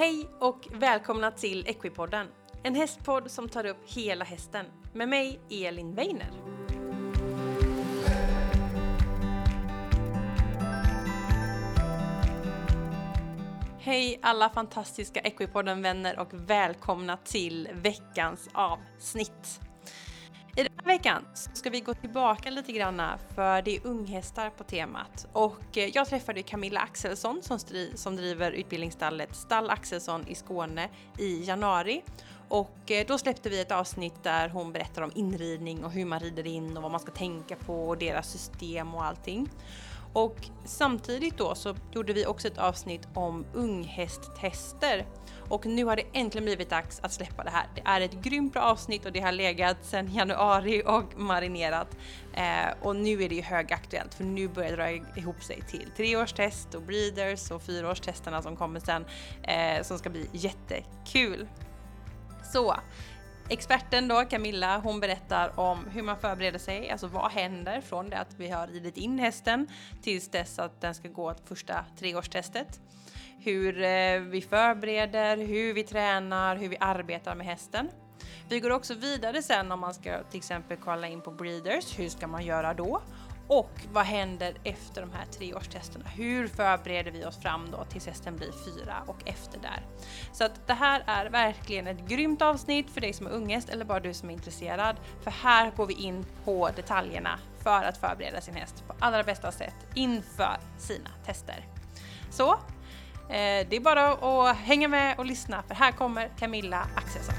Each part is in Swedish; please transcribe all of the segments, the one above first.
Hej och välkomna till Equipodden, en hästpodd som tar upp hela hästen med mig Elin Weiner. Hej alla fantastiska Equipodden-vänner och välkomna till veckans avsnitt. I den här veckan ska vi gå tillbaka lite granna för det är unghästar på temat. Och jag träffade Camilla Axelsson som driver utbildningsstallet Stall Axelsson i Skåne i januari. Och då släppte vi ett avsnitt där hon berättar om inridning och hur man rider in och vad man ska tänka på och deras system och allting. Och samtidigt då så gjorde vi också ett avsnitt om unghästtester. Och nu har det äntligen blivit dags att släppa det här. Det är ett grymt bra avsnitt och det har legat sedan januari och marinerat. Och nu är det ju högaktuellt för nu börjar det dra ihop sig till 3-årstest och breeders och 4-årstesterna som kommer sen. Som ska bli jättekul. Så experten då, Camilla, hon berättar om hur man förbereder sig. Alltså vad händer från det att vi har ridit in hästen tills dess att den ska gå första 3-årstestet. Hur vi förbereder, hur vi tränar, hur vi arbetar med hästen. Vi går också vidare sen om man ska till exempel kolla in på breeders. Hur ska man göra då? Och vad händer efter de här 3-årstesterna? Hur förbereder vi oss fram då tills hästen blir 4 och efter där? Så att det här är verkligen ett grymt avsnitt för dig som är unghäst eller bara du som är intresserad. För här går vi in på detaljerna för att förbereda sin häst på allra bästa sätt inför sina tester. Så det är bara att hänga med och lyssna för här kommer Camilla Axelsson.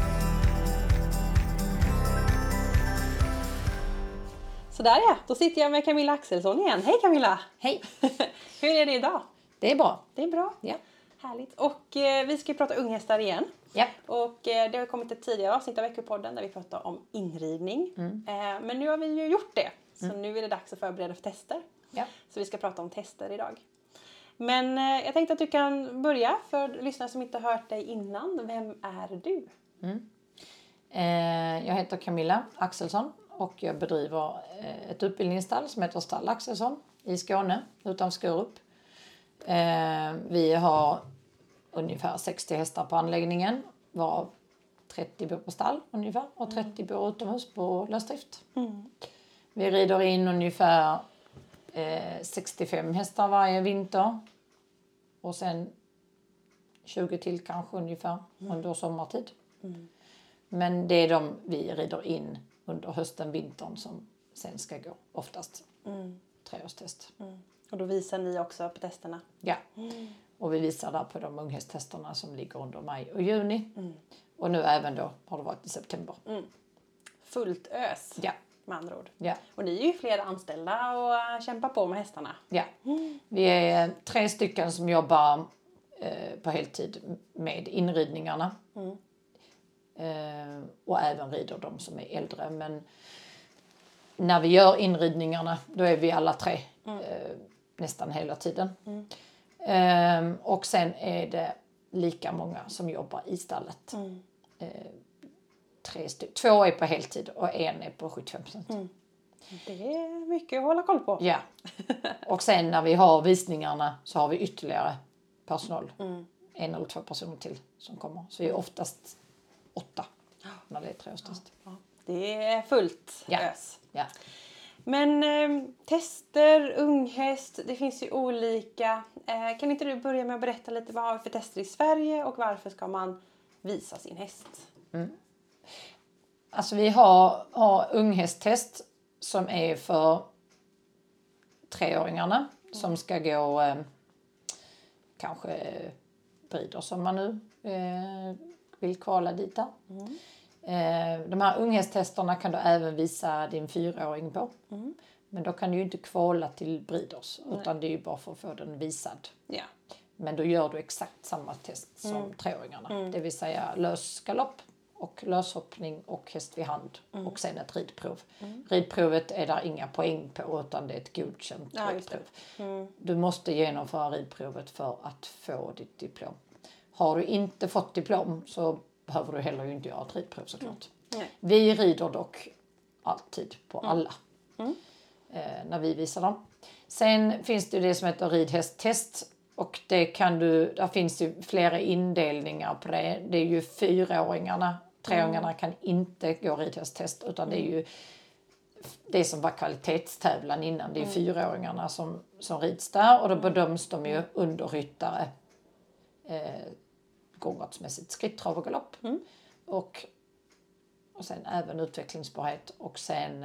Sådär ja, då sitter jag med Camilla Axelsson igen. Hej Camilla! Hej! Hur är det idag? Det är bra. Det är bra? Ja. Härligt. Och vi ska prata unghästar igen. Ja. Och det har kommit ett tidigare avsnitt av Veckopodden där vi pratar om inridning. Men nu har vi ju gjort det. Så nu är det dags att förbereda för tester. Ja. Så vi ska prata om tester idag. Men jag tänkte att du kan börja för lyssnare som inte har hört dig innan. Vem är du? Jag heter Camilla Axelsson och jag bedriver ett utbildningsstall som heter Stall Axelsson i Skåne utanför Skurup. Vi har ungefär 60 hästar på anläggningen, varav 30 bor på stall ungefär och 30 bor utomhus på lösdrift. Vi rider in ungefär 65 hästar varje vinter och sen 20 till kanske ungefär under sommartid. Men det är de vi rider in under hösten, vintern som sen ska gå oftast 3-årstest. Och då visar ni också på testerna? Ja, och vi visar där på de unghästtesterna som ligger under maj och juni. Och nu även då har det varit i september. Fullt ös. Ja. Med andra ord. Ja. Och ni är ju flera anställda och kämpar på med hästarna. Ja, vi är 3 stycken som jobbar på heltid med inridningarna. Och även rider de som är äldre. Men när vi gör inridningarna då är vi alla 3 nästan hela tiden. Och sen är det lika många som jobbar i stallet. 2 är på heltid och 1 är på 75%. Det är mycket att hålla koll på. Ja. Och sen när vi har visningarna så har vi ytterligare personal. 1 eller 2 personer till som kommer. Så vi är oftast 8 när det är 3-årstest. Ja. Det är fullt ös. Ja. Men tester, unghäst, det finns ju olika. Kan inte du börja med att berätta lite vad har vi för tester i Sverige och varför ska man visa sin häst? Alltså vi har unghästtest som är för 3-åringarna som ska gå kanske breeder som man nu vill kvala dit där. De här unghästtesterna kan du även visa din 4-åring på. Men då kan du ju inte kvala till breeders utan det är ju bara för att få den visad. Ja. Men då gör du exakt samma test som 3-åringarna. Det vill säga lös galopp och löshoppning och häst vid hand och sen ett ridprov. Ridprovet är där inga poäng på utan det är ett godkänt ridprov. Du måste genomföra ridprovet för att få ditt diplom. Har du inte fått diplom så behöver du heller ju inte göra ett ridprov såklart. Vi rider dock alltid på alla när vi visar dem. Sen finns det ju det som heter ridhästtest Och där finns ju flera indelningar på det. Det är ju 4-åringarna. 3-åringarna kan inte gå ridhästtest, utan det är ju det som var kvalitetstävlan innan. Det är 4-åringarna som rids där, och då bedöms de ju under ryttare. Gångartsmässigt skritt, trav och galopp. Och sen även utvecklingsbarhet, och sen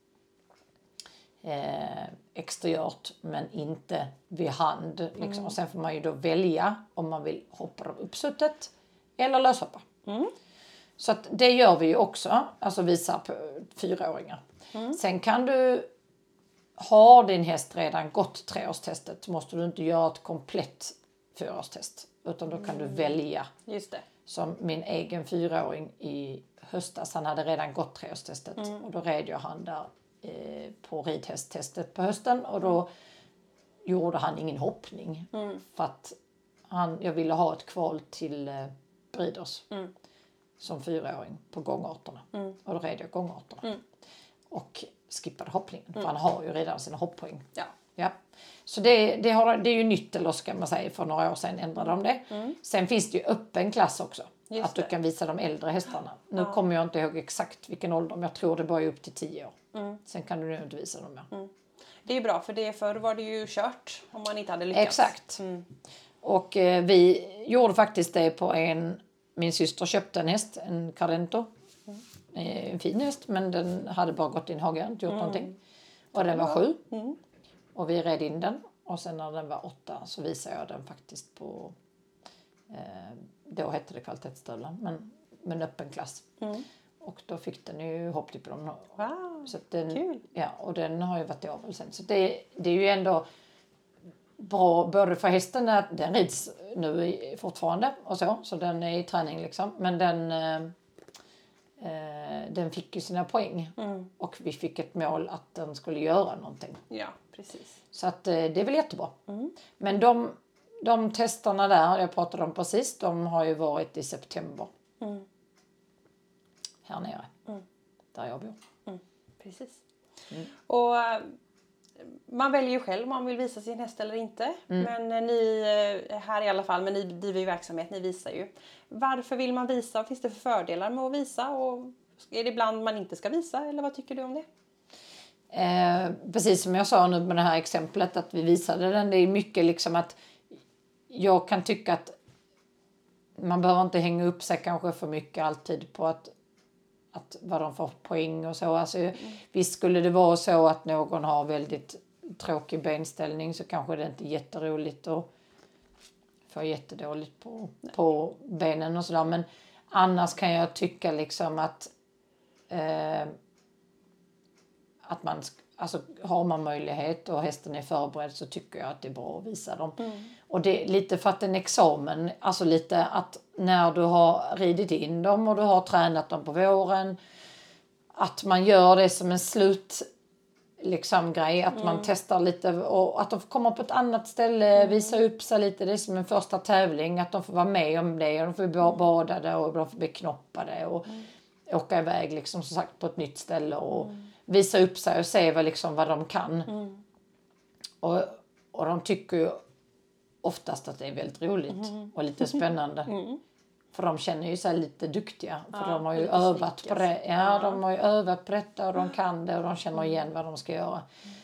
exteriört men inte vid hand. Liksom. Och sen får man ju då välja om man vill hoppa uppsuttet eller löshoppa. Så att det gör vi ju också, alltså visar på 4-åringar. Sen kan du, har din häst redan gått 3-årstestet, så måste du inte göra ett komplett 4-årstest, utan då kan du välja. Just det. Som min egen 4-åring i höstas, han hade redan gått 3-årstestet och då red jag han där på ridhästtestet på hösten, och då gjorde han ingen hoppning för att jag ville ha ett kval till Breeders som 4-åring på gångarterna, och då red jag gångarterna och skippade hoppningen för han har ju redan sina hopppoäng. Ja. Så det är ju nytt, eller ska man säga, för några år sedan ändrade de det. Sen finns det ju öppen klass också. Att du kan visa de äldre hästarna. Nu kommer jag inte ihåg exakt vilken ålder, men jag tror det börjar upp till 10 år. Sen kan du nu inte visa dem mer. Det är bra, för förr var det ju kört om man inte hade lyckats. Exakt. Och vi gjorde faktiskt det på min syster köpte en häst, en Cardento. En fin häst, men den hade bara gått in hagen, inte gjort någonting. Och den var 7. Och vi red in den. Och sen när den var 8 så visade jag den faktiskt på, då hette det kvalitetstävlan, men öppen klass. Och då fick den ju hoppdiplom. Wow, så att den, kul. Ja, och den har ju varit i avel sen. Så det är ju ändå bra både för hästen, att den rids nu fortfarande och så den är i träning liksom. Men den fick ju sina poäng och vi fick ett mål att den skulle göra någonting. Ja, precis. Så att det är väl jättebra. Men de testerna där jag pratade om precis, de har ju varit i september. Här nere. Där jag bor. Precis. Och man väljer ju själv om man vill visa sin häst eller inte. Men ni här i alla fall, men ni driver ju verksamhet, ni visar ju. Varför vill man visa? Vad finns det för fördelar med att visa? Och är det ibland man inte ska visa? Eller vad tycker du om det? Precis som jag sa nu med det här exemplet att vi visade den. Det är mycket liksom att jag kan tycka att man behöver inte hänga upp sig kanske för mycket alltid på att vad de får poäng och så. Alltså, visst skulle det vara så att någon har väldigt tråkig benställning, så kanske det inte är jätteroligt att få jättedåligt på benen och sådär. Men annars kan jag tycka liksom att man, alltså har man möjlighet och hästen är förberedd, så tycker jag att det är bra att visa dem. Och det är lite för att en examen, alltså lite att när du har ridit in dem och du har tränat dem på våren, att man gör det som en liksom grej, att man testar lite och att de får komma på ett annat ställe, visa upp sig lite, det är som en första tävling, att de får vara med om det och de får bli badade och de får bli knoppade och åka iväg liksom, som sagt, på ett nytt ställe och visa upp sig och se vad de kan. Och de tycker ju oftast att det är väldigt roligt och lite spännande. För de känner ju sig lite duktiga. För de har ju övat på det. Ja, de har ju övat på detta och de kan det och de känner igen vad de ska göra.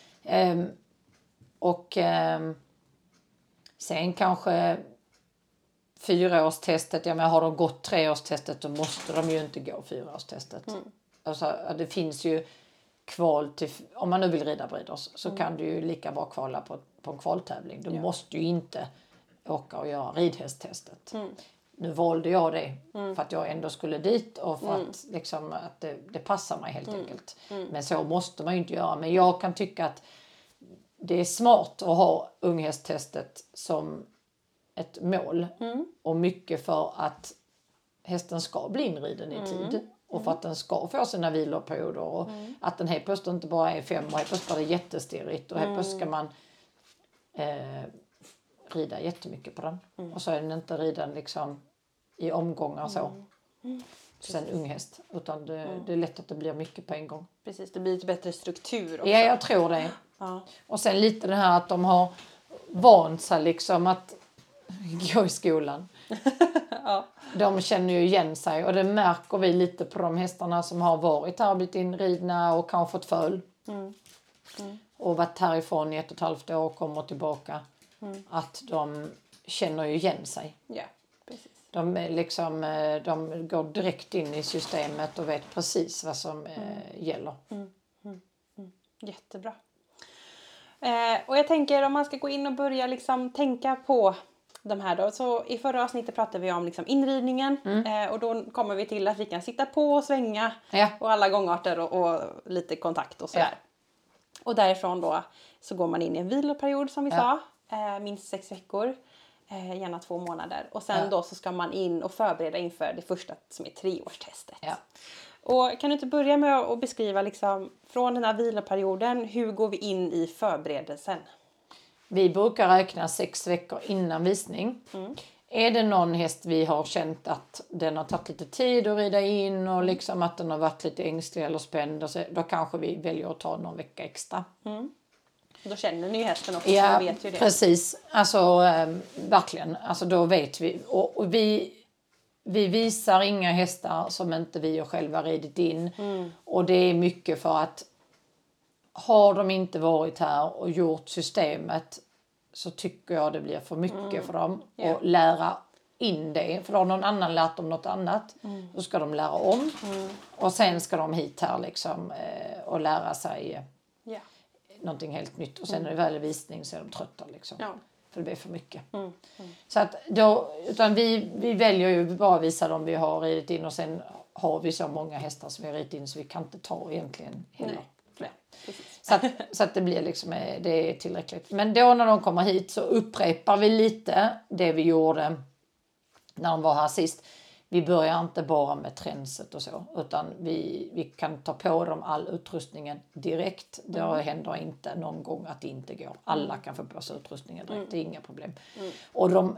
Sen kanske 4-årstestet, ja men har de gått 3-årstestet så måste de ju inte gå 4-årstestet. Alltså, det finns ju kval till, om man nu vill rida Breeders så kan du ju lika bra kvala på en kvaltävling. Du måste ju inte åka och göra ridhästtestet. Nu valde jag det för att jag ändå skulle dit och för att, liksom, att det passar mig helt enkelt. Men så måste man ju inte göra. Men jag kan tycka att det är smart att ha unghästtestet som ett mål. Och mycket för att hästen ska bli inriden i tid. Och för att den ska få sina viloperioder. Och att den helt plötsligt inte bara är 5 och helt plötsligt är det jättestirrigt. Och helt plötsligt ska man rida jättemycket på den. Och så är den inte riden liksom i omgångar så. Sen unghäst. Utan det är lätt att det blir mycket på en gång. Precis, det blir lite bättre struktur också. Ja, jag tror det. Ja. Och sen lite det här att de har vant sig liksom att gå i skolan. Ja. De känner ju igen sig och det märker vi lite på de hästarna som har varit här och blivit inridna och kanske fått föl. Och varit härifrån i 1,5 år och kommer tillbaka. Att de känner ju igen sig. Ja, precis. De, de går direkt in i systemet och vet precis vad som gäller. Jättebra. Och jag tänker om man ska gå in och börja liksom tänka på de här då. Så i förra avsnittet pratade vi om liksom inridningen. Och då kommer vi till att vi kan sitta på och svänga. Ja. Och alla gångarter och lite kontakt och sådär. Och därifrån då så går man in i en viloperiod som vi sa. Minst 6 veckor. Gärna 2 månader. Och sen då så ska man in och förbereda inför det första som är 3-årstestet. Ja. Och kan du inte börja med att beskriva liksom, från den här viloperioden, hur går vi in i förberedelsen? Vi brukar räkna 6 veckor innan visning. Är det någon häst vi har känt att den har tagit lite tid att rida in och liksom att den har varit lite ängslig eller spänd, och så, då kanske vi väljer att ta någon vecka extra. Då känner ni ju hästen också, ja, så vet ju det. Precis. Alltså verkligen. Alltså då vet vi. Och vi visar inga hästar som inte vi har själva ridit in. Och det är mycket för att har de inte varit här och gjort systemet, så tycker jag det blir för mycket för dem att lära in det. För då har någon annan lärt dem något annat. Då ska de lära om. Och sen ska de hit här liksom, och lära sig någonting helt nytt. Och sen när det väl är visning så är de trötta liksom. Ja. För det blir för mycket. Så att då, utan vi väljer ju bara visa dem vi har ridit in, och sen har vi så många hästar som vi har ridit in så vi kan inte ta egentligen heller. Så att det blir liksom, det är tillräckligt. Men då när de kommer hit så upprepar vi lite det vi gjorde när de var här sist. Vi börjar inte bara med tränset och så, utan vi kan ta på dem all utrustningen direkt. Det händer inte någon gång att det inte går. Alla kan få på sig utrustningen direkt, det är inga problem. Och de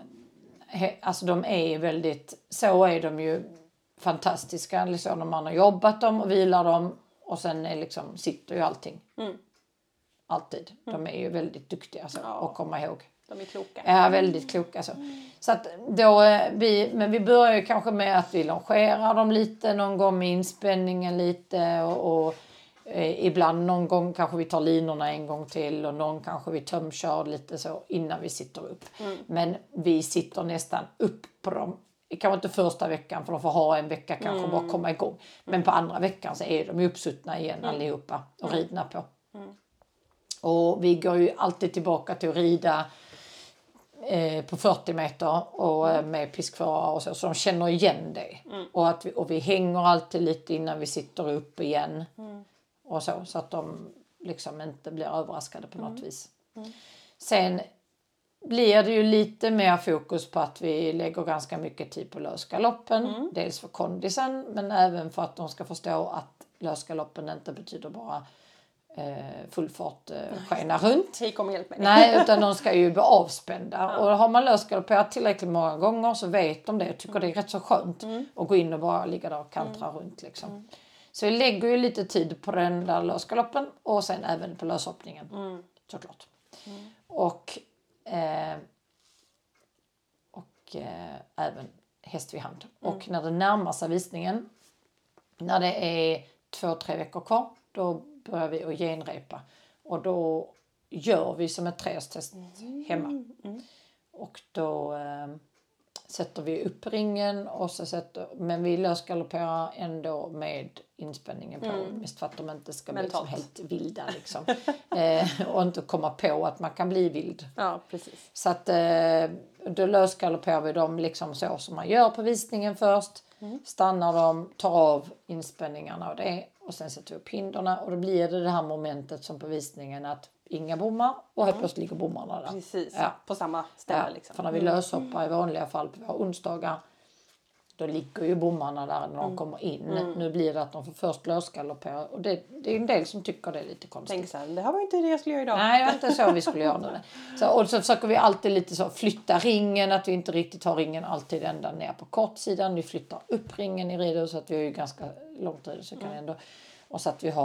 är väldigt, så är de ju fantastiska liksom, när man har jobbat dem och vilar dem, och sen är liksom, sitter ju allting. Alltid. De är ju väldigt duktiga alltså, att komma ihåg. De är kloka. Ja, väldigt kloka. Alltså. Så att då men vi börjar ju kanske med att vi longerar dem lite någon gång med inspänningen lite och ibland någon gång kanske vi tar linorna en gång till och någon kanske vi tömkör lite så innan vi sitter upp. Men vi sitter nästan upp på dem. Kanske inte första veckan för de får ha en vecka kanske bara komma igång. Men på andra veckan så är de uppsuttna igen allihopa och ridna på. Och vi går ju alltid tillbaka till att rida på 40 meter och med piskförare och så de känner igen det. Och vi hänger alltid lite innan vi sitter upp igen. Och så att de liksom inte blir överraskade på något vis. Sen blir det ju lite mer fokus på att vi lägger ganska mycket tid på lösgaloppen. Dels för kondisen, men även för att de ska förstå att lösgaloppen inte betyder bara full fart skena runt. Hej, kom och hjälp mig. Nej, utan de ska ju bli avspända. Och har man lösgalopperat tillräckligt många gånger så vet de det och tycker det är rätt så skönt att gå in och bara ligga där och kantra runt liksom. Så vi lägger ju lite tid på den där lösgaloppen och sen även på löshoppningen såklart. Och även häst vid hand. Och när det närmar sig visningen, när det är 2-3 veckor kvar, då börjar vi att genrepa. Och då gör vi som ett 3-årstest hemma. Och då sätter vi upp ringen och men vi lösgalopperar ändå med inspänningen på. Mest för att de inte ska bli liksom helt vilda liksom. Och inte komma på att man kan bli vild. Ja, precis. Så att då lösgalopperar vi dem liksom så som man gör på visningen först. Stannar dem, tar av inspänningarna och det. Och sen sätter vi upp hindorna och då blir det här momentet som på visningen att inga bommar och helt plötsligt ligger bommarna där. Precis, på samma ställe liksom. För när vi löshoppar i vanliga fall på våra onsdagar, då ligger ju bommarna där när de kommer in. Nu blir det att de får först lösgaloppera och det är en del som tycker det är lite konstigt. Tänk så här, det här var inte det jag skulle göra idag. Nej, det var inte så vi skulle göra det. Och så försöker vi alltid lite så flytta ringen, att vi inte riktigt har ringen alltid ända ner på kortsidan. Vi flyttar upp ringen i ridhuset, så att vi har ju ganska långt ridhus så kan ändå, och så att vi har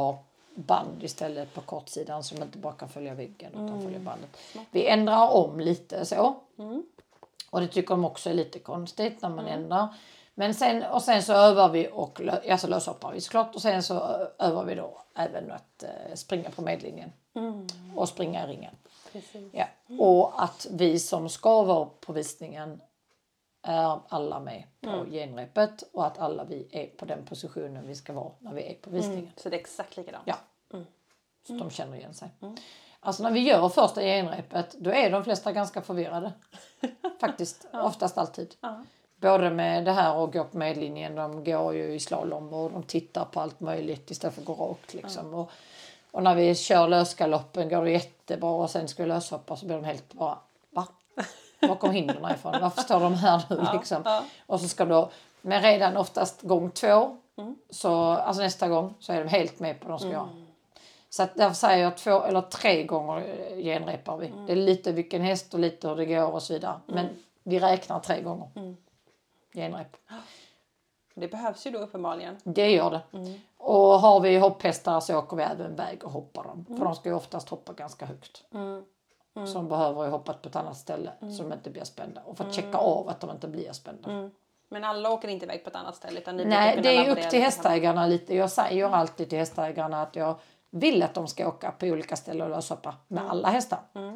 band istället på kortsidan som inte bara kan följa väggen utan följa bandet. Vi ändrar om lite så. Och det tycker de också är lite konstigt när man ändrar. Men sen så övar vi och löshoppar vi såklart. Och sen så övar vi då även att springa på medlinjen. Och springa i ringen. Precis. Ja. Och att vi som ska vara på visningen är alla med på genrepet. Och att alla vi är på den positionen vi ska vara när vi är på visningen. Så det är exakt likadant. Ja. Så de känner igen sig. Alltså när vi gör första genrepet då är de flesta ganska förvirrade. Faktiskt. Oftast alltid. Både med det här och gå på medlinjen. De går ju i slalom och de tittar på allt möjligt istället för att gå rakt liksom. Och när vi kör lösgaloppen går det jättebra och sen ska vi löshoppa så blir de helt bara, va? Var kom hindren ifrån? Varför står de här nu liksom? Och så ska då, men redan oftast gång 2, så, alltså nästa gång så är de helt med på vad de ska göra. Så att därför säger jag 2 eller 3 gånger genrepar vi. Det är lite vilken häst och lite hur det går och så vidare. Men vi räknar 3 gånger genrep. Det behövs ju då uppenbarligen. Det gör det. Och har vi hopphästar så åker vi även väg och hoppar dem. För de ska ju oftast hoppa ganska högt. Så de behöver ju hoppa på ett annat ställe så de inte blir spända. Och för att checka av att de inte blir spända. Men alla åker inte iväg på ett annat ställe. Utan Nej, det är upp till hästägarna lite. Jag säger alltid till hästägarna att jag vill att de ska åka på olika ställen och löshoppa med alla hästar.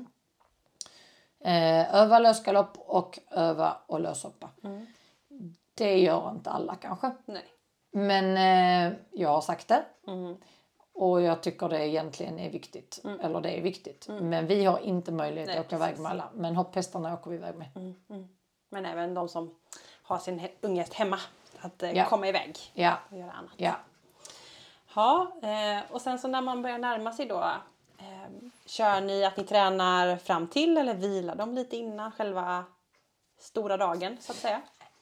Öva lösgalopp och öva och löshoppa. Det gör inte alla kanske. Nej. Men jag har sagt det. Och jag tycker det egentligen är viktigt. Eller det är viktigt. Men vi har inte möjlighet att åka iväg med alla. Men hopphästarna åker vi iväg med. Men även de som har sin ungest hemma. Att komma iväg och göra annat. Ja. Ja, och sen så när man börjar närma sig då. Kör ni att ni tränar fram till eller vilar de lite innan själva stora dagen så att säga?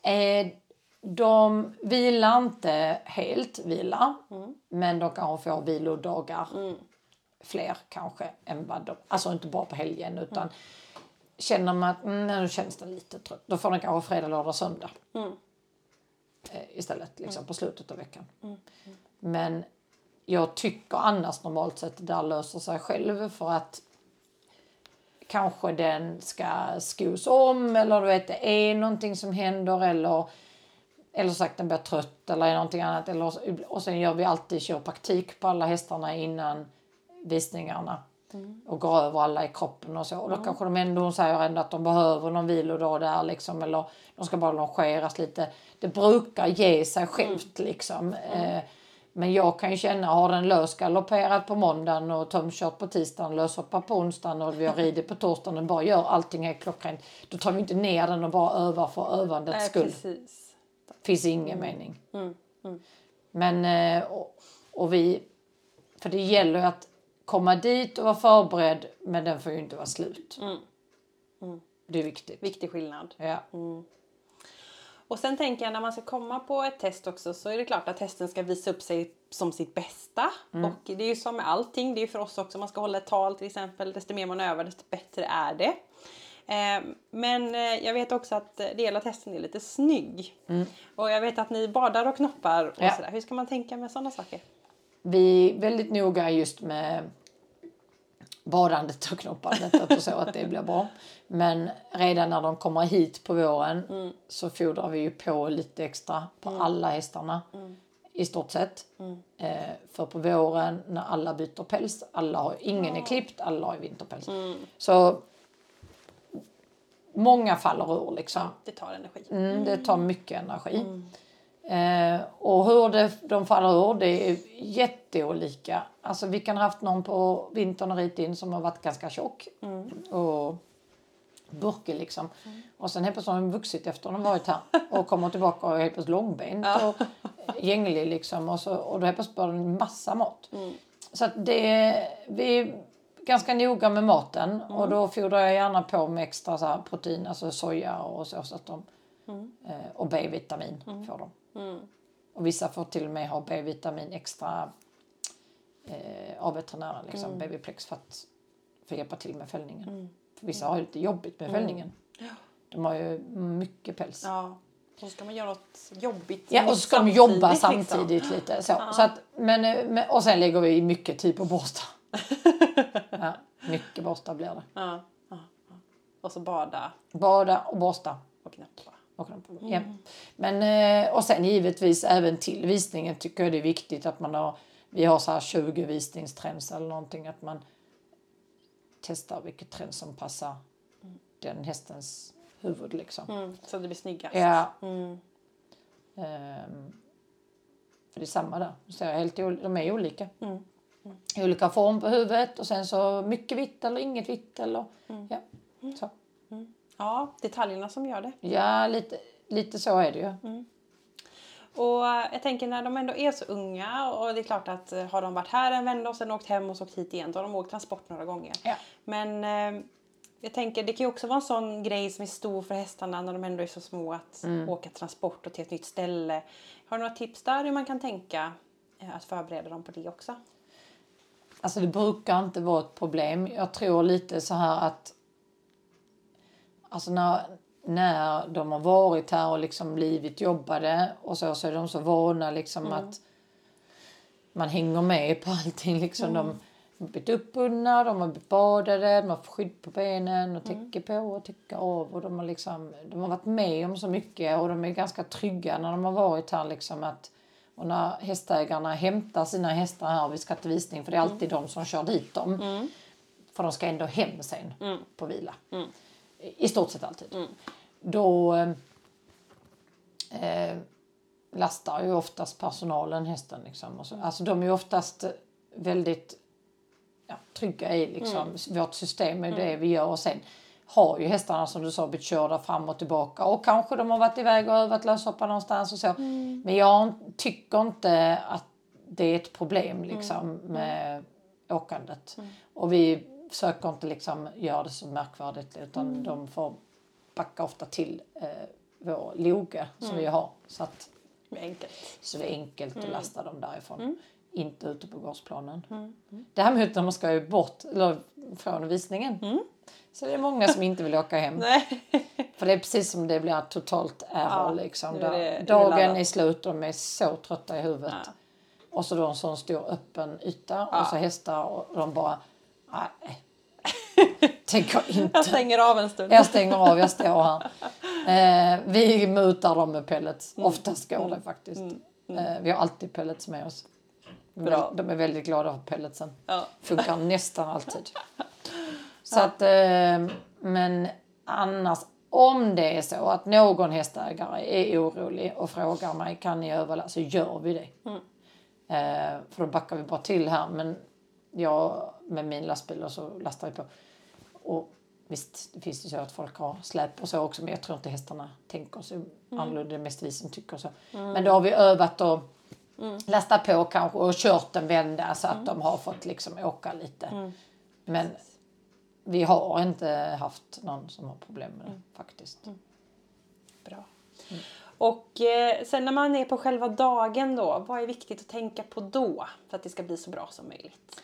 De vilar inte helt men de kanske får vilodagar fler kanske än vad de, alltså inte bara på helgen utan känner man att nu känns det lite trött, då får de kanske fredag, lördag, söndag istället liksom på slutet av veckan. Men jag tycker annars normalt sett det där löser sig själv för att kanske den ska skos om eller du vet det är någonting som händer eller sagt den blir trött eller är någonting annat och sen gör vi alltid kiropraktik på alla hästarna innan visningarna och går över alla i kroppen och så och då kanske de ändå säger ändå att de behöver någon vilodag där liksom eller de ska bara longeras lite. Det brukar ge sig självt liksom. Men jag kan ju känna, har den lösgalopperat på måndagen och tömkört på tisdagen, löshoppa på onsdagen och vi har ridit på torsdagen och bara gör allting helt klockrent. Då tar vi inte ner den och bara övar för övandets skull. Precis. Finns ingen mening. Men, och vi, för det gäller ju att komma dit och vara förberedd, men den får ju inte vara slut. Det är viktigt. Viktig skillnad. Ja. Och sen tänker jag när man ska komma på ett test också så är det klart att testen ska visa upp sig som sitt bästa. Och det är ju som med allting, det är ju för oss också, man ska hålla ett tal till exempel, desto mer man övar desto bättre är det. Men jag vet också att del av testen är lite snygg. Och jag vet att ni badar och knoppar och sådär. Hur ska man tänka med sådana saker? Vi är väldigt noga just med badandet och knoppandet och så att det blir bra. Men redan när de kommer hit på våren så fodrar vi ju på lite extra på alla hästarna i stort sett. För på våren när alla byter päls, ingen är klippt, alla har vinterpäls. Så många faller ur liksom. Ja, det tar energi. Det tar mycket energi. Och hur de faller ur, det är jätteolika. Alltså vi kan ha haft någon på vintern och rit in som har varit ganska tjock. Och burkig liksom. Och sen helt plötsligt har de vuxit efter de varit här. Och kommer tillbaka och är helt plötsligt långbent och gänglig liksom. Och då helt plötsligt börjar en massa mat. Så att vi är ganska noga med maten. Och då fodrar jag gärna på med extra så här protein, alltså soja och så att de och B-vitamin får de. Och vissa får till och med ha B-vitamin extra av veterinären liksom, Babyplex för att hjälpa till med fällningen. För vissa har ju lite jobbigt med fällningen. De har ju mycket päls. Ja. Så ska man göra något jobbigt. Ja, och så ska de jobba samtidigt liksom. lite. Så att, och sen lägger vi mycket tid på borsta. Ja, mycket borsta blir det. Ja. Och så bada. Bada och borsta. Och knäppa. Ja. Men, och sen givetvis även till visningen tycker jag det är viktigt att vi har så här 20 visningstrends eller någonting, att man testar vilket trend som passar den hästens huvud liksom. Så det blir snyggast. Ja. För det är samma där. Så de är olika. Olika form på huvudet och sen så mycket vitt eller inget vitt eller så. Ja, detaljerna som gör det. Ja, lite så är det ju. Och jag tänker när de ändå är så unga, och det är klart att har de varit här en vända och sen åkt hem och så åkt hit igen, då har de åkt transport några gånger. Ja. Men jag tänker det kan ju också vara en sån grej som är stor för hästarna när de ändå är så små, att åka transport och till ett nytt ställe. Har du några tips där hur man kan tänka att förbereda dem på det också? Alltså det brukar inte vara ett problem. Jag tror lite så här att alltså när de har varit här och liksom blivit jobbade och så är de så vana liksom att man hänger med på allting liksom. De har blivit uppbundna, de har blivit badade, de har skydd på benen och täcker på och täcker av, och de har varit med om så mycket och de är ganska trygga när de har varit här liksom, och när hästägarna hämtar sina hästar här och vi ska till visning, för det är alltid de som kör dit dem. För de ska ändå hem sen på vila. I stort sett alltid. Då lastar ju oftast personalen hästen liksom. Och så. Alltså de är ju oftast väldigt trygga i liksom. Vårt system är det vi gör, och sen har ju hästarna som du sa blivit körda fram och tillbaka, och kanske de har varit iväg och övat löshoppa någonstans och så. Men jag tycker inte att det är ett problem liksom med åkandet. Och vi försöker inte liksom göra det så märkvärdigt, utan de får backa ofta till vår loge som vi har, så att så det är enkelt att lasta dem därifrån. Inte ute på gårdsplanen. Däremot när man ska ju bort eller från visningen. Så det är många som inte vill åka hem. För det är precis som det blir totalt error liksom. Dagen är slut och de är så trötta i huvudet. Och så då en sån stor öppen yta och så hästar och de bara nej. Tänker inte. Jag stänger av en stund. Jag stänger av, jag står här. Vi mutar dem med pellets. Oftast går det faktiskt. Vi har alltid pellets med oss. Bra. De är väldigt glada för pelletsen. Funkar nästan alltid. Så att, men annars, om det är så att någon hästägare är orolig och frågar mig, kan ni överlasta, så gör vi det. För då backar vi bara till här, men jag med min lastbil och så lastar vi på. Och visst, det finns ju så att folk har släp och så också, men jag tror inte hästarna tänker så annorlunda, det är mest vi som tycker så. Men då har vi övat och lastat på kanske och kört en vända så att de har fått liksom åka lite. Men vi har inte haft någon som har problem med det faktiskt. Bra. Och sen när man är på själva dagen då, vad är viktigt att tänka på då för att det ska bli så bra som möjligt?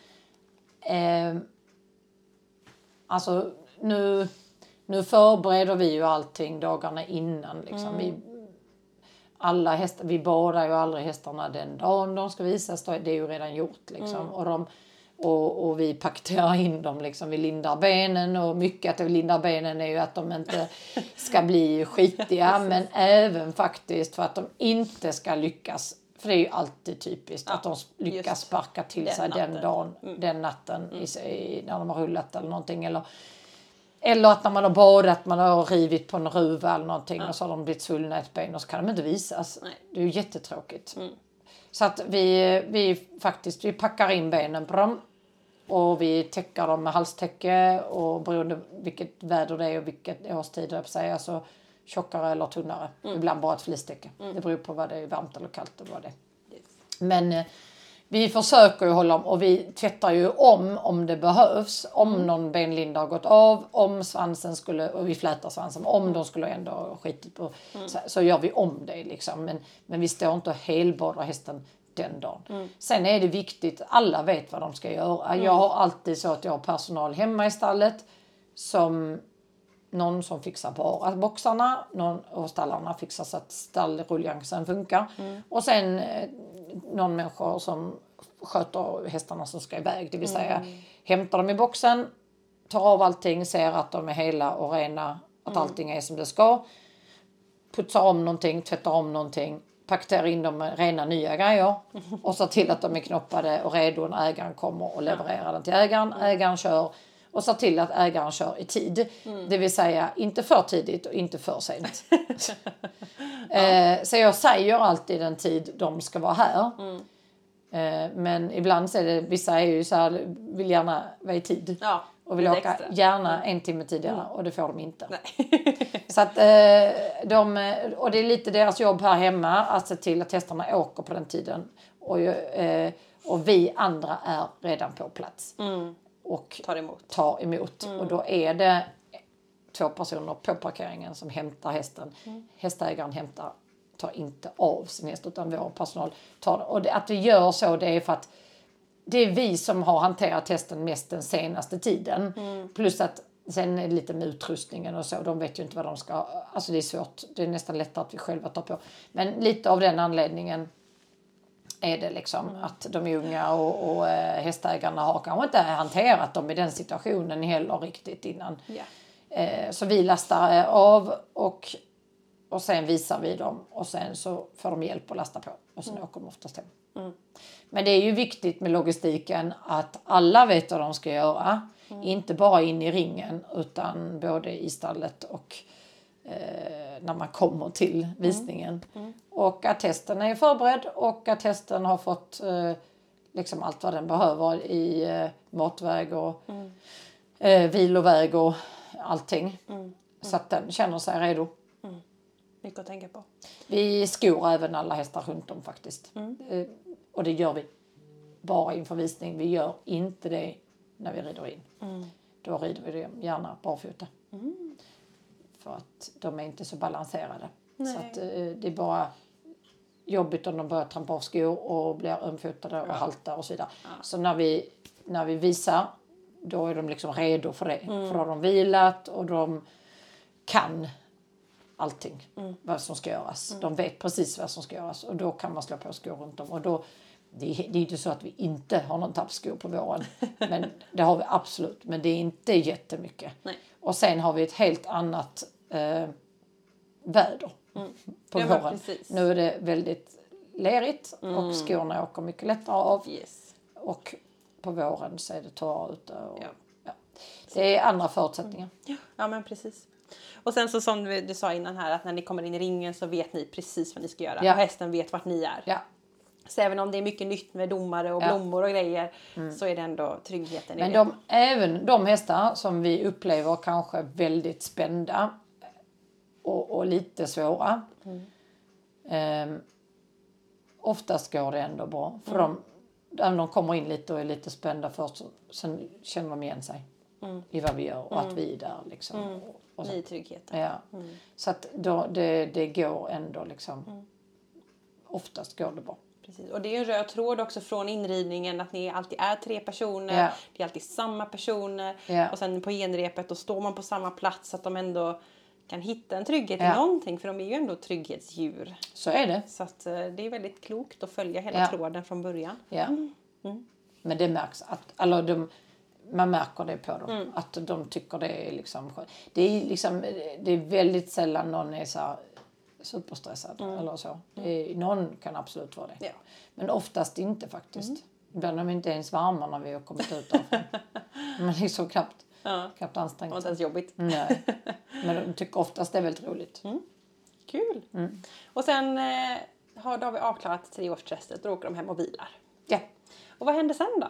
Alltså nu förbereder vi ju allting dagarna innan liksom. Alla hästar, vi badar ju aldrig hästarna den dagen de ska visas, det är ju redan gjort liksom. Och vi paketerar in dem liksom, vi lindar benen, och mycket att vi lindar benen är ju att de inte ska bli skitiga, men även faktiskt för att de inte ska lyckas, för det är ju alltid typiskt att de lyckas sparka till sig den dagen, den natten när de har rullat eller någonting, eller att när man har badat, man har rivit på en ruva eller någonting och så har de blivit svullna ett ben och så kan de inte visas. Nej. Det är ju jättetråkigt. Så att vi packar in benen på dem och vi täcker dem med halstäcke, och beroende vilket väder det är och vilket årstid det är, alltså tjockare eller tunnare. Ibland bara ett flistäcke. Det beror på vad det är, varmt eller kallt eller vad det är. Yes. Men vi försöker ju hålla om, och vi tvättar ju om det behövs. Om någon benlinda har gått av, om svansen skulle, och vi flätar svansen, om de skulle ändå skitit på, så gör vi om det liksom. Men vi står inte och helbadar hästen den dagen. Sen är det viktigt, alla vet vad de ska göra. Jag har alltid så att jag har personal hemma i stallet som någon som fixar bara boxarna, någon och stallarna fixar så att stallruljansen funkar. Och sen någon människa som sköter hästarna som ska iväg, det vill säga hämtar dem i boxen, tar av allting, ser att de är hela och rena, att allting är som det ska, putsar om någonting, tvättar om någonting, paketerar in dem med rena nya grejer och ser till att de är knoppade och redo när ägaren kommer och levererar den till ägaren. Ägaren kör och ser till att ägaren kör i tid. Det vill säga inte för tidigt och inte för sent. Så jag säger alltid den tid de ska vara här. Men ibland så är det, vissa är ju så här, vill gärna vara i tid. Ja, och vill åka extra. gärna en timme tidigare och det får de inte. Nej. Så att och det är lite deras jobb här hemma att se till att hästarna åker på den tiden. Och vi andra är redan på plats. Och tar emot. Och då är det 2 personer på parkeringen som hämtar hästen. Hästägaren tar inte av sin häst utan vår personal tar det. Och att vi gör så, det är för att det är vi som har hanterat hästen mest den senaste tiden. Plus att sen är det lite med utrustningen och så. De vet ju inte vad de ska... Alltså det är svårt. Det är nästan lättare att vi själva tar på. Men lite av den anledningen är det liksom att de är unga och hästägarna har kanske inte hanterat dem i den situationen heller riktigt innan. Så vi lastar av och sen visar vi dem och sen så får de hjälp att lasta på och sen åker de oftast hem. Men det är ju viktigt med logistiken att alla vet vad de ska göra. Inte bara in i ringen utan både i stallet och när man kommer till visningen. Och att hästen är förberedd och att hästen har fått liksom allt vad den behöver i matväg och viloväg och allting. Så att den känner sig redo. Mycket att tänka på. Vi skor även alla hästar runt om faktiskt. Och det gör vi bara inför visning. Vi gör inte det när vi rider in. Då rider vi dem gärna barfota. För att de är inte så balanserade. Nej. Så att det är bara jobbigt om de börjar trampa av skor och blir ömfotade och haltar och så vidare. Så när vi visar, då är de liksom redo för det. För då har de vilat och de kan allting vad som ska göras. De vet precis vad som ska göras och då kan man slå på skor runt om. Och då, det är inte så att vi inte har någon tappskor på våren. Men det har vi absolut. Men det är inte jättemycket. Nej. Och sen har vi ett helt annat väder på våren. Nu är det väldigt lerigt och skorna åker mycket lättare av. Och på våren så är det torrare ute. Och, det är andra förutsättningar. Ja, men precis. Och sen så som du sa innan här att när ni kommer in i ringen så vet ni precis vad ni ska göra. Och hästen vet vart ni är. Ja. Så även om det är mycket nytt med domare och blommor och grejer så är det ändå tryggheten i det. Men även de hästar som vi upplever kanske väldigt spända och lite svåra. Oftast går det ändå bra. För även de kommer in lite och är lite spända först. Sen känner de igen sig i vad vi gör och att vi är där. Liksom. Och i tryggheten. Ja. Så att det går ändå liksom. Oftast går det bra. Precis. Och det är en röd tråd också från inridningen att ni alltid är 3 personer. Det är alltid samma personer. Och sen på genrepet då står man på samma plats så att de ändå kan hitta en trygghet i någonting. För de är ju ändå trygghetsdjur. Så är det. Så att det är väldigt klokt att följa hela tråden från början. Ja. Men det märks att man märker det på dem. Att de tycker det är liksom skönt. Det är väldigt sällan någon är så här superstressad eller så. Någon kan absolut vara det. Ja. Men oftast inte faktiskt. Ibland är de inte ens varma när vi har kommit ut därifrån. Man är så knappt ansträngt. Och inte ens jobbigt. Nej. Men de tycker oftast det är väldigt roligt. Kul. Och sen har vi avklarat 3-årstestet. Då åker de hem och vilar. Ja. Och vad händer sen då?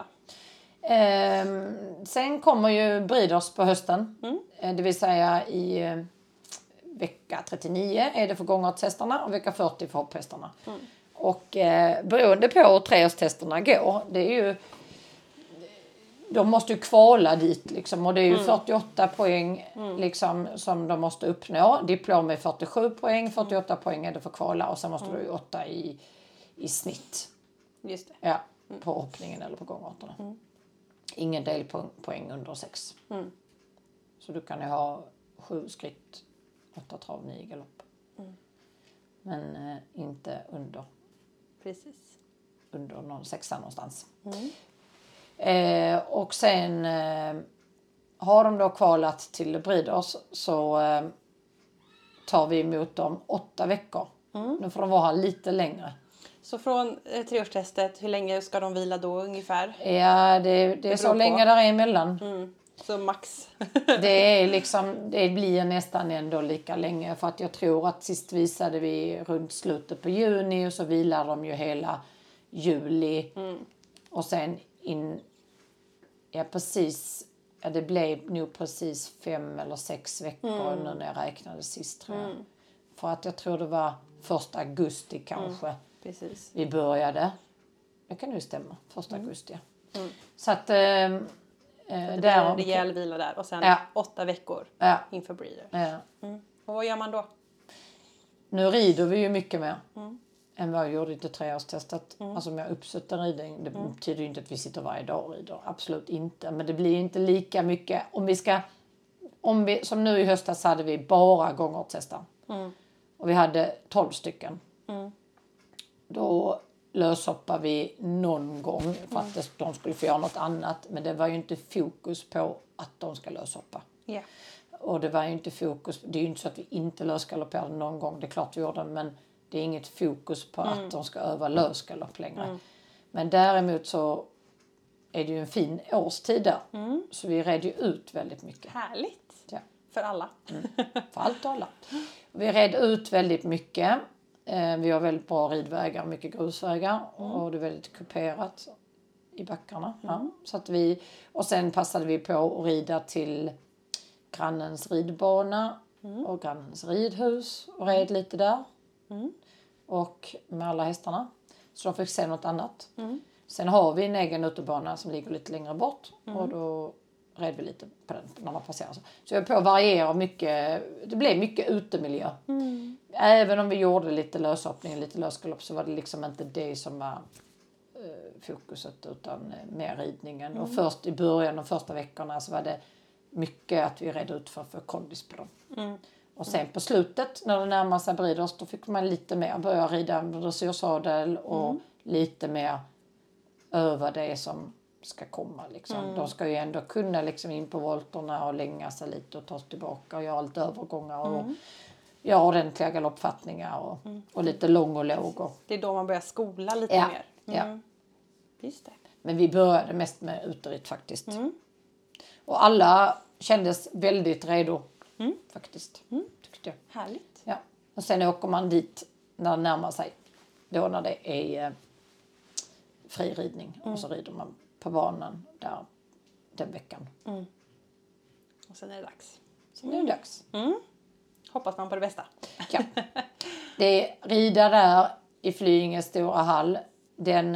Sen kommer ju Breeders på hösten. Det vill säga i vecka 39 är det för gångartshästarna och vecka 40 för hopphästarna. Och beroende på hur 3-årstesterna går, det är ju de måste ju kvala dit liksom, och det är ju 48 poäng liksom, som de måste uppnå. Diplom är 47 poäng, 48 poäng är det för kvala och sen måste du ju 8 i snitt. Just det. Ja, på hoppningen eller på gångarterna. Ingen delpoäng under 6. Så du kan ju ha 7 skritt, 8 trav, 9 galopp. Men inte under. Precis. Under någon 6 någonstans. Mm. Och sen har de då kvalat till Breeders, så tar vi emot dem 8 veckor. Nu får de vara här lite längre. Så från 3-årstestet, hur länge ska de vila då ungefär? Ja, det är så länge där är emellan. Så max. Det är liksom, det blir nästan ändå lika länge, för att jag tror att sist visade vi runt slutet på juni och så vilar de ju hela juli. Och sen det blev nog precis 5 eller 6 veckor nu när jag räknade sist, tror jag. För att jag tror det var 1 augusti kanske. Precis. Vi började. Det kan ju stämma. 1 augusti. Så att Det blir en rejäl vila där. Och sen 8 veckor inför breeder. Ja. Och vad gör man då? Nu rider vi ju mycket mer än vad vi gjorde i 3-årstestet. Alltså med uppsutten ridning. Det betyder ju inte att vi sitter varje dag och rider. Absolut inte. Men det blir inte lika mycket. Som nu i höstas hade vi bara gångortstestar. Och vi hade 12 stycken. Då löshoppar vi någon gång för att de skulle få göra något annat. Men det var ju inte fokus på att de ska löshoppa. Yeah. Och det var ju inte fokus. Det är ju inte så att vi inte lösgalopperade någon gång. Det är klart vi gjorde, men det är inget fokus på att de ska öva lösgalopp längre. Men däremot så är det ju en fin årstid där. Så vi red ju ut väldigt mycket. Härligt. Ja. För alla. För allt och alla. Vi red ut väldigt mycket. Vi har väldigt bra ridvägar, mycket grusvägar. Och det är väldigt kuperat i backarna. Ja. Så att och sen passade vi på att rida till grannens ridbana och grannens ridhus. Och red lite där. Och med alla hästarna. Så de fick se något annat. Sen har vi en egen utebana som ligger lite längre bort. Och då red vi lite på den när man passerar. Så jag på att variera mycket. Det blev mycket utemiljö. Även om vi gjorde lite löshoppning, lite lösgalopp, så var det liksom inte det som var fokuset, utan mer ridningen. Och först i början, de första veckorna, så var det mycket att vi red ut för kondis på dem. Och sen på slutet, när det närmade sig Breeders, då fick man lite mer börja rida med dressyrsadel och lite mer öva det som ska komma. Liksom. De ska ju ändå kunna liksom in på volterna och länga sig lite och ta tillbaka och göra lite övergångar och göra ordentliga galoppfattningar och lite lång och låg. Det är då man börjar skola lite mer. Ja. Just det. Men vi började mest med uteritt faktiskt. Och alla kändes väldigt redo faktiskt. Tyckte jag. Härligt. Ja. Och sen åker man dit när det närmar sig. Då när det är fri ridning. Och så rider man på banan där den veckan. Och sen är det dags. Sen är det dags. Hoppas man på det bästa. Ja. Det rida där i Flyinge stora hall. Den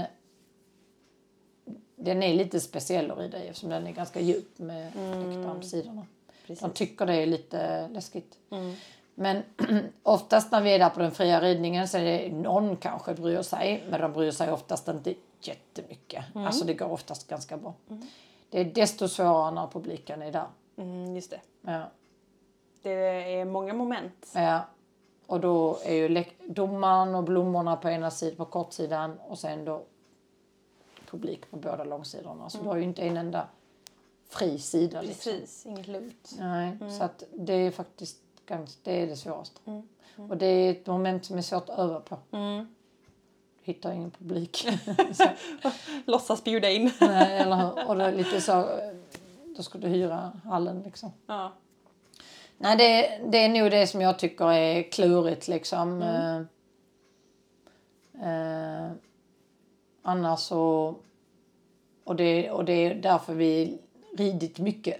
är lite speciell att rida i, eftersom den är ganska djup med äktarmsidorna. De tycker det är lite läskigt. Men oftast när vi är där på den fria ridningen så är det någon kanske bryr sig. Men de bryr sig oftast inte jättemycket. Alltså det går oftast ganska bra. Det är desto svårare när publiken är där. Just det. Ja. Det är många moment. Ja. Och då är ju domaren och blommorna på ena sidan, på kortsidan. Och sen då publik på båda långsidorna. Så du har ju inte en enda fri sida. Precis, liksom. inget lugnt. Nej, så att det är faktiskt det är det svåraste. Och det är ett moment som är svårt att öva på. Du hittar ingen publik. Låtsas bjuda in. Nej, eller hur? Och det är lite så, då ska du hyra hallen liksom. Ja. Nej, det är nog det som jag tycker är klurigt liksom. Annars så, och det är därför vi ridit mycket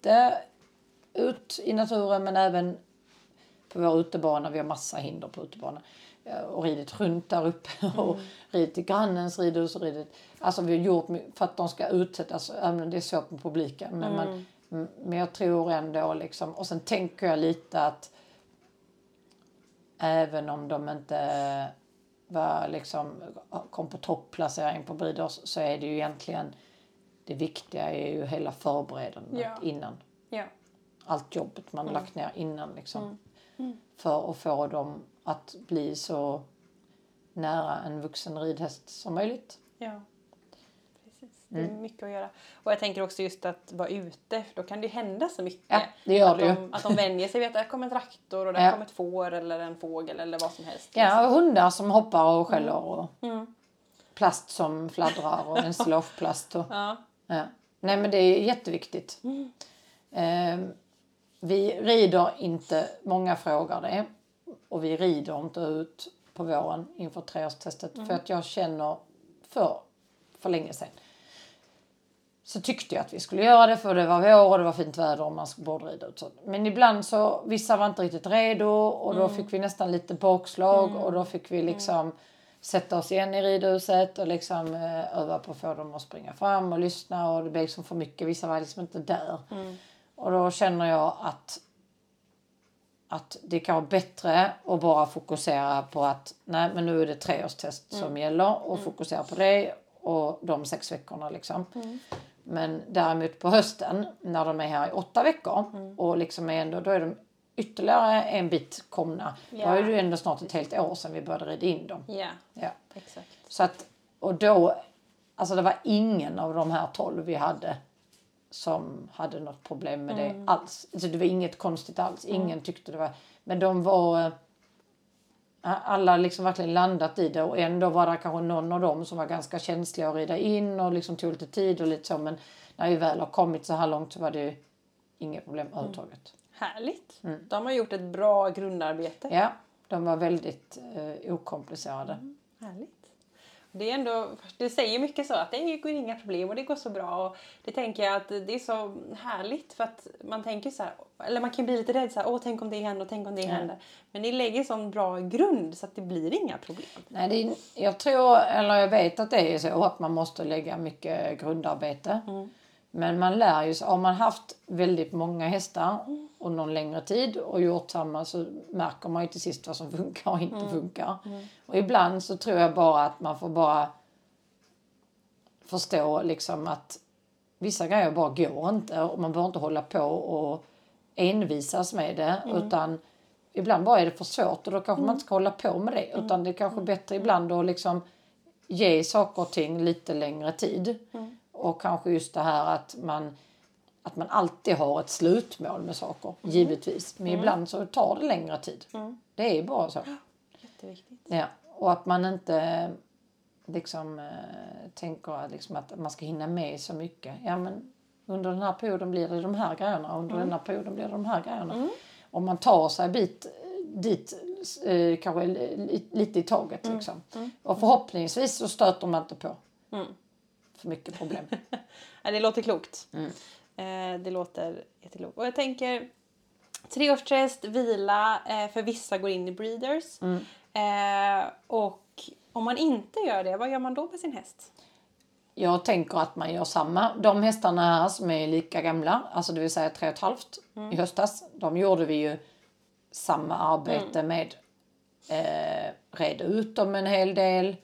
ut i naturen, men även på vår utebana. Vi har massa hinder på utebanan. Och ridit runt där uppe och ridit i grannens ridhus och ridit. Alltså vi har gjort för att de ska utsättas, även om det är svårt med publiken. Men jag tror ändå liksom, och sen tänker jag lite att även om de inte var liksom, kom på topplacering på Breeders, så är det ju egentligen, det viktiga är ju hela förberedandet innan. Ja. allt jobbet man lagt ner innan liksom. För att få dem att bli så nära en vuxen ridhäst som möjligt. Ja, precis. Det är mycket att göra. Och jag tänker också just att vara ute, för då kan det hända så mycket. Ja, det gör att det ju. Att de vänjer sig vid att där kommer en traktor och där kommer ett får eller en fågel eller vad som helst. Ja, och hundar som hoppar och skäller och plast som fladdrar och en slåfplast. Och, Ja. ja. Nej, men det är jätteviktigt. Vi rider inte, många frågar det, och vi rider inte ut på våren inför 3-årstestet för att jag känner för länge sedan så tyckte jag att vi skulle göra det för det var vår och det var fint väder och man borde rida ut. Men ibland så, vissa var inte riktigt redo och då fick vi nästan lite bakslag och då fick vi liksom sätta oss igen i ridhuset och liksom öva på att få dem att springa fram och lyssna och det blev liksom för mycket, vissa var liksom inte där. Och då känner jag att det kan vara bättre att bara fokusera på att nej, men nu är det 3-årstest som gäller och fokusera på det och de 6 veckorna liksom. Men däremot på hösten när de är här i 8 veckor och liksom är ändå, då är de ytterligare en bit komna. Då är det ju ändå snart ett helt år sedan vi började rida in dem. Ja, exakt. Så att, och då, alltså det var ingen av de här 12 vi hade som hade något problem med det alls. Alltså det var inget konstigt alls. Ingen tyckte det var, men de var alla liksom verkligen landat i det och ändå var det kanske någon av dem som var ganska känsliga att rida in och liksom tog lite tid och lite så, men när vi väl har kommit så här långt så var det inget problem överhuvudtaget. Härligt. De har gjort ett bra grundarbete. Ja, de var väldigt okomplicerade. Härligt. Det är ändå, det säger mycket så att det går inga problem och det går så bra och det tänker jag att det är så härligt för att man tänker så här, eller man kan bli lite rädd så här, tänk om det händer och tänk om det händer. Men ni lägger sån bra grund så att det blir inga problem. Nej, jag tror, eller jag vet att det är så att man måste lägga mycket grundarbete. Men man lär ju sig, har man haft väldigt många hästar och någon längre tid och gjort samma så märker man ju till sist vad som funkar och inte funkar. Och ibland så tror jag bara att man får bara förstå liksom att vissa grejer bara går inte och man behöver inte hålla på och envisas med det utan ibland bara är det för svårt och då kanske man inte ska hålla på med det utan det är kanske bättre ibland att liksom ge saker och ting lite längre tid. Och kanske just det här att man alltid har ett slutmål med saker, givetvis. Men ibland så tar det längre tid. Det är bara så. Jätteviktigt. Ja, och att man inte liksom tänker liksom att man ska hinna med så mycket. Ja, men under den här perioden blir det de här grejerna. Under den här perioden blir det de här grejerna. Om man tar sig dit kanske lite i taget liksom. Och förhoppningsvis så stöter man inte på för mycket problem. Ja, det låter klokt. Det låter jätteklokt. Och jag tänker 3-årstest, vila, för vissa går in i breeders. Och om man inte gör det, vad gör man då med sin häst? Jag tänker att man gör samma. De hästarna här som är lika gamla, alltså det vill säga 3,5 i höstas, de gjorde vi ju samma arbete med. Reda ut dem en hel del.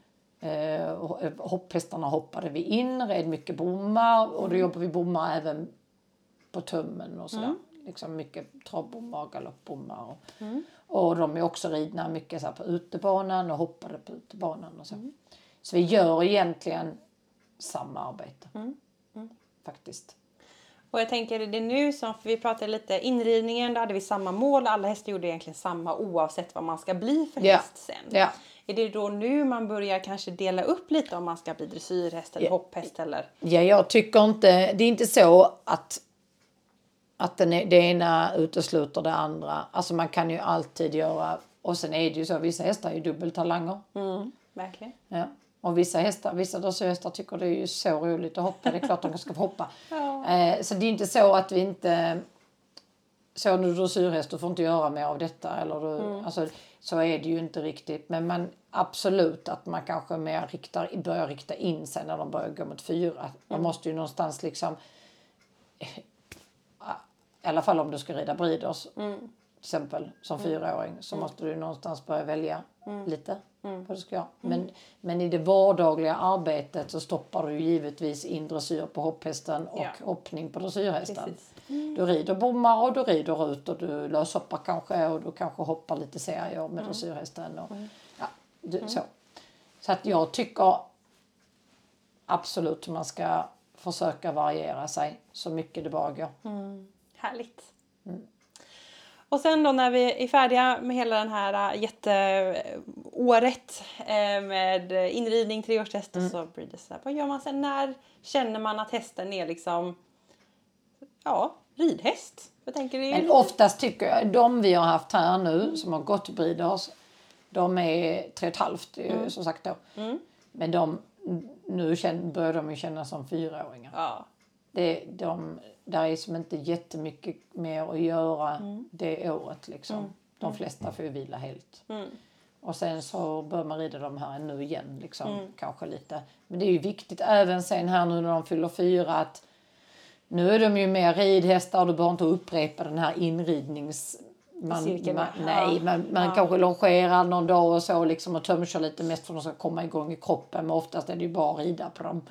Hopphästarna hoppade vi in, red mycket bommar och då jobbar vi bommar även på tummen och sådär. Liksom mycket travbommar och galoppbommar. Och de är också ridna mycket så här på utebanan och hoppade på utebanan och så. Så vi gör egentligen samma arbete. Faktiskt. Och jag tänker det är nu som, för vi pratade lite inridningen, då hade vi samma mål. Alla hästar gjorde egentligen samma oavsett vad man ska bli för häst sen. Ja. Är det då nu man börjar kanske dela upp lite om man ska bli dressyrhäst eller hopphäst eller? Ja, jag tycker inte, det är inte så att det ena utesluter det andra. Alltså man kan ju alltid göra, och sen är det ju så, vissa hästar är ju dubbeltalanger. Verkligen. Ja. Och vissa dressyrhästar tycker det är ju så roligt att hoppa. Det är klart de ska få hoppa. Så det är inte så att vi inte... Så nu dressyrhäst, du får inte göra mer av detta. Eller alltså, så är det ju inte riktigt. Men man absolut att man kanske mer börjar rikta in sig när de börjar gå mot 4. Man måste ju någonstans liksom... I alla fall om du ska rida breeders. Till exempel som 4-åring. Så måste du någonstans börja välja lite. vad du ska göra. Men i det vardagliga arbetet så stoppar du givetvis in dressyr på hopphästen och hoppning på dressyrhästen. Du rider bommar och du rider ut och du löshoppar kanske och du kanske hoppar lite serier med dressyrhästen. Och, så att jag tycker absolut man ska försöka variera sig så mycket det bara går. Härligt. Och sen då när vi är färdiga med hela den här jätteåret med inridning, 3-årstest och så blir det så här. Vad gör man sen? När känner man att hästen är liksom ridhäst? Jag tänker det är men oftast tycker jag, de vi har haft här nu som har gått breeders, de är 3,5 som sagt då. Men nu börjar de ju känna som 4-åringar. Ja. Där är som inte jättemycket mer att göra det året liksom. De flesta får ju vila helt. Och sen så bör man rida de här nu igen liksom, kanske lite. Men det är ju viktigt även sen här nu när de fyller 4 att nu är de ju mer ridhästar och du behöver inte upprepa den här inridnings... Man kanske longerar någon dag och så liksom och tömkör lite mest för att de ska komma igång i kroppen. Men oftast är det ju bara att rida på dem.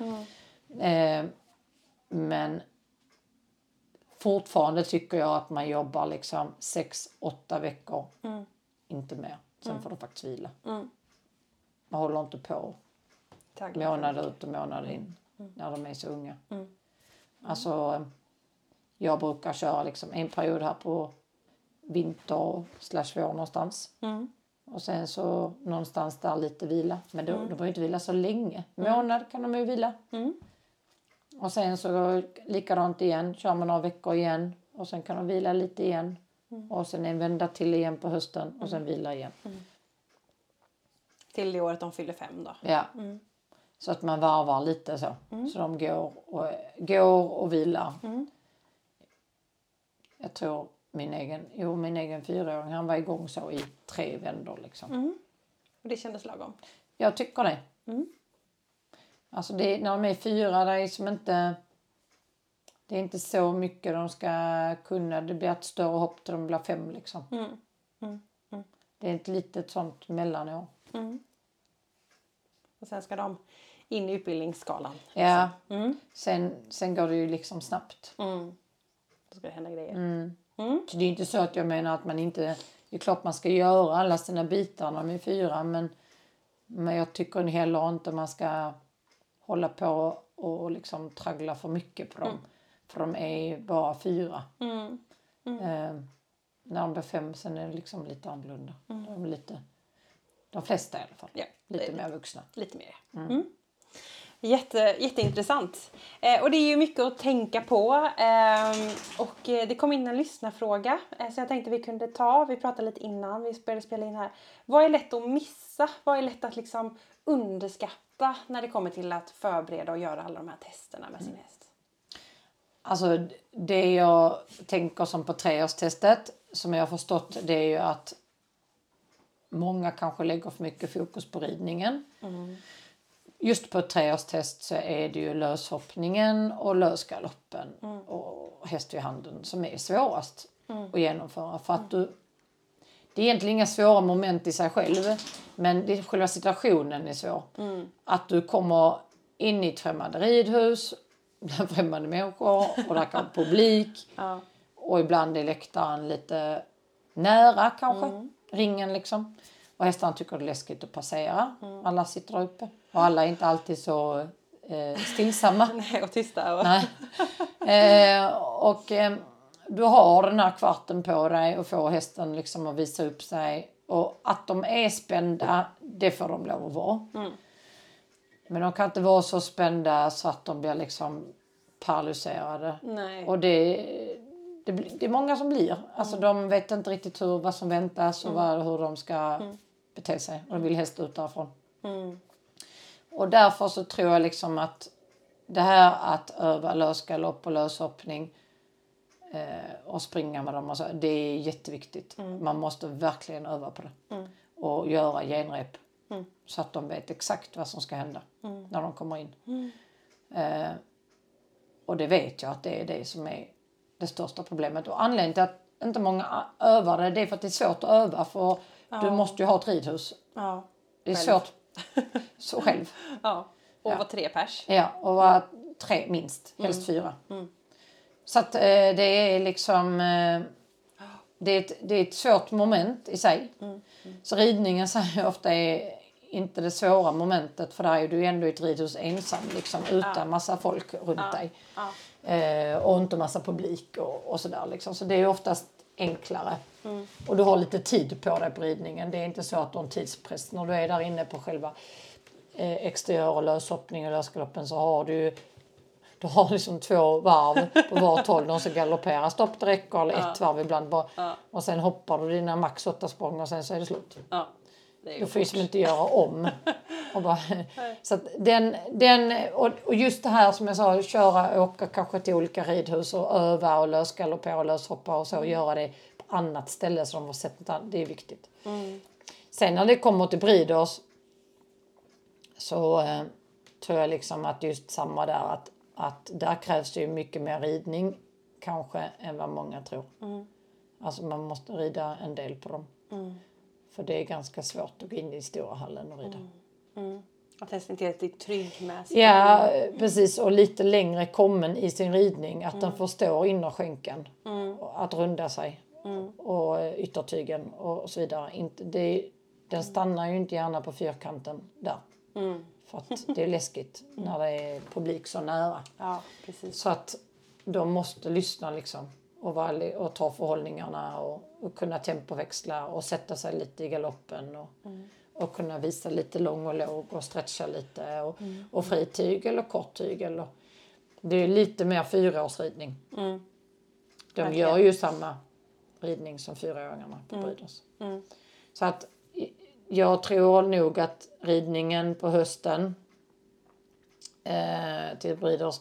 Men fortfarande tycker jag att man jobbar liksom 6-8 veckor. Inte mer. Sen får de faktiskt vila. Man håller inte på månad ut och månad in när de är så unga. Alltså jag brukar köra liksom en period här på vinter/vår någonstans. Och sen så någonstans där lite vila. Men de behöver inte vila så länge. Månad kan de ju vila. Och sen så likadant igen. Kör man några veckor igen. Och sen kan de vila lite igen. Och sen en vända till igen på hösten. Och sen vila igen. Till det året de fyller 5 då. Ja. Så att man varvar lite så. Så de går och vilar. Jag tror min egen 4-åring, han var igång så i 3 vändor liksom. Och det kändes lagom? Jag tycker det. Alltså när de är 4, det är som inte... Det är inte så mycket de ska kunna. Det blir ett större hopp till de blir 5 liksom. Det är ett litet sånt mellanår. Och sen ska de in i utbildningsskalan. Ja. Sen går det ju liksom snabbt. Då ska det hända grejer. Så det är inte så att jag menar att man inte... Det är klart man ska göra alla sina bitar när de är 4. Men jag tycker heller inte man ska hålla på och liksom traggla för mycket på dem. För de är bara 4. När de blir 5 sen är det liksom lite annorlunda. De flesta i alla fall. Ja, lite mer vuxna. Lite mer. Jätteintressant. Och det är ju mycket att tänka på. Och det kom in en lyssnarfråga. Så jag tänkte vi kunde vi pratade lite innan vi började spela in här. Vad är lätt att missa? Vad är lätt att liksom underskatta när det kommer till att förbereda och göra alla de här testerna med sin häst? Alltså det jag tänker som på 3-årstestet som jag har förstått, det är ju att många kanske lägger för mycket fokus på ridningen. Just på ett 3-årstest så är det ju löshoppningen och lösgaloppen och häst i handen som är svårast att genomföra. För att det är egentligen inga svåra moment i sig själv, men det är själva situationen är svår. Att du kommer in i ett främmande ridhus bland främmande människor och där kan publik och ibland är läktaren lite nära kanske, ringen liksom. Och hästarna tycker det är läskigt att passera. Alla sitter där uppe. Och alla är inte alltid så stillsamma. Nej, och tysta. Nej. Du har den här kvarten på dig och får hästen liksom att visa upp sig. Och att de är spända, det får de lov att vara. Men de kan inte vara så spända så att de blir liksom paralyserade. Nej. Och det är många som blir. Alltså de vet inte riktigt vad som väntas och hur de ska bete sig. Och de vill helst ut därifrån. Och därför så tror jag liksom att det här att öva lösgalopp och löshoppning och springa med dem och så, det är jätteviktigt. Man måste verkligen öva på det. Och göra genrep. Så att de vet exakt vad som ska hända när de kommer in. Och det vet jag att det är det som är det största problemet. Och anledningen till att inte många övar det är för att det är svårt att öva. För du måste ju ha ett ridhus. Ja. Det är själv. svårt. Så själv. Ja, och var 3 pers. Ja, och vara 3 minst. Helst 4. Så att det är liksom... Det är ett svårt moment i sig. Så ridningen säger jag ofta är inte det svåra momentet. För där är du ändå i ett ridhus ensam. Liksom, utan massa folk runt dig. Och inte massa publik och sådär. Liksom. Så det är oftast enklare. Och du har lite tid på dig på ridningen. Det är inte så att du har en tidspress. När du är där inne på själva exteriör och löshoppning och lösgaloppen så har du liksom 2 varv på vart håll. Någon som galopperar. Stopp, det räcker. Eller 1 varv ibland bara. Och sen hoppar du dina max 8 språng och sen så är det slut. Ja. Du får ju som inte göra om. Och bara, så att och just det här som jag sa, köra och åka kanske till olika ridhus och öva och lösgaloppera och löshoppa och så och göra det på annat ställe så de har sett det. Det är viktigt. Sen när det kommer till Breeders så tror jag liksom att just samma där att där krävs det ju mycket mer ridning kanske än vad många tror. Alltså man måste rida en del på dem. För det är ganska svårt att gå in i stora hallen och rida. Att hästen inte är riktigt trygg med sig. Ja, precis. Och lite längre kommen i sin ridning. Att den förstår innerskänken. Att runda sig. Och yttertygen och så vidare. Den stannar ju inte gärna på fyrkanten där. För att det är läskigt när det är publik så nära. Ja, precis. Så att de måste lyssna liksom. Och ta förhållningarna och kunna tempoväxla och sätta sig lite i galoppen och kunna visa lite lång och låg och stretcha lite och frityg eller korttyg eller det är lite mer 4-årsridning. De gör ju samma ridning som 4-åringarna på Breeders. Så att jag tror nog att ridningen på hösten till Breeders